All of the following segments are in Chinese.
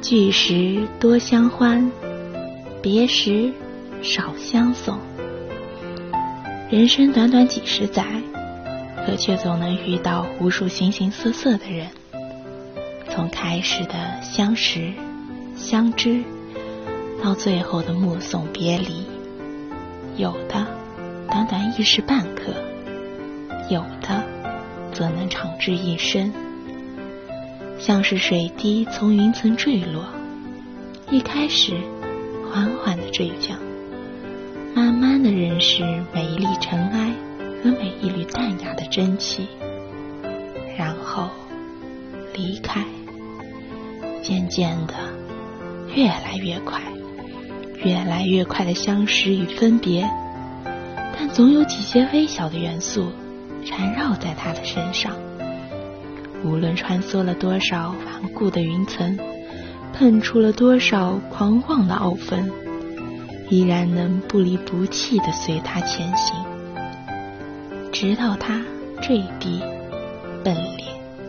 聚时多相欢，别时少相送。人生短短几十载，可却总能遇到无数形形色色的人。从开始的相识、相知，到最后的目送别离，有的短短一时半刻，有的则能长至一生。像是水滴从云层坠落，一开始缓缓地坠降，慢慢地认识每一粒尘埃和每一缕淡雅的真气，然后离开，渐渐的越来越快，越来越快的相识与分别，但总有几些微小的元素缠绕在他的身上。无论穿梭了多少顽固的云层，碰触了多少狂妄的傲风，依然能不离不弃地随他前行，直到他坠地崩裂。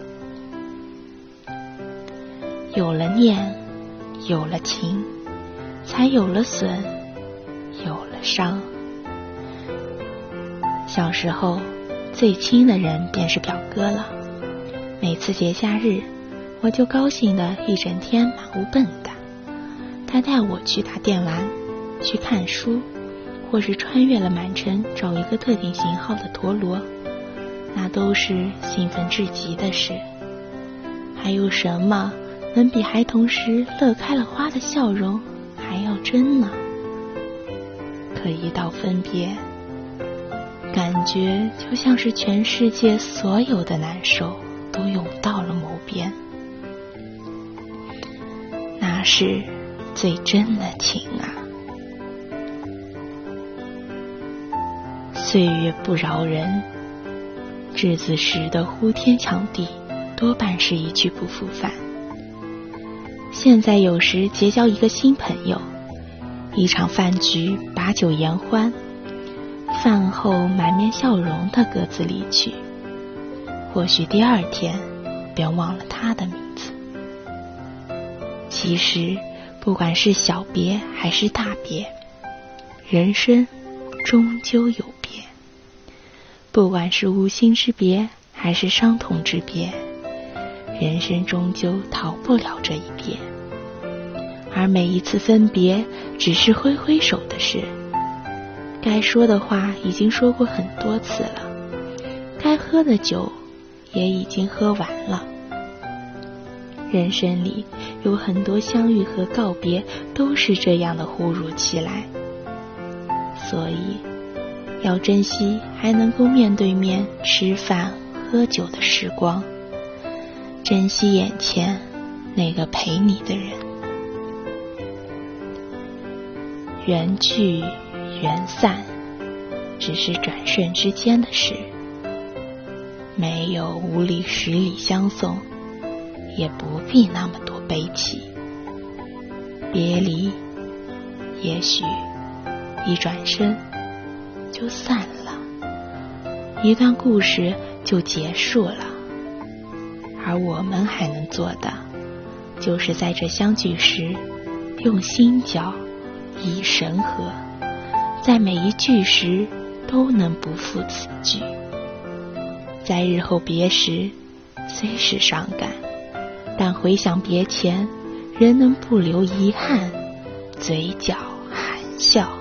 有了念，有了情，才有了损，有了伤。小时候最亲的人便是表哥了，每次节假日，我就高兴的一整天满屋蹦跶。他带我去打电玩，去看书，或是穿越了满城找一个特定型号的陀螺，那都是兴奋至极的事。还有什么能比孩童时乐开了花的笑容还要真呢？可一到分别，感觉就像是全世界所有的难受都涌到了某边，那是最真的情啊！岁月不饶人，稚子时的呼天抢地多半是一去不复返。现在有时结交一个新朋友，一场饭局把酒言欢，饭后满面笑容的各自离去，或许第二天便忘了他的名字。其实不管是小别还是大别，人生终究有别。不管是无心之别还是伤痛之别，人生终究逃不了这一别。而每一次分别只是挥挥手的事，该说的话已经说过很多次了，该喝的酒也已经喝完了。人生里有很多相遇和告别都是这样的忽如其来，所以要珍惜还能够面对面吃饭喝酒的时光，珍惜眼前那个陪你的人。缘聚缘散只是转瞬之间的事，没有无理十里相送，也不必那么多悲戚。别离也许一转身就散了，一段故事就结束了。而我们还能做的，就是在这相聚时用心交，以神合，在每一句时都能不负此句。在日后别时虽是伤感，但回想别前，仍能不留遗憾，嘴角含笑。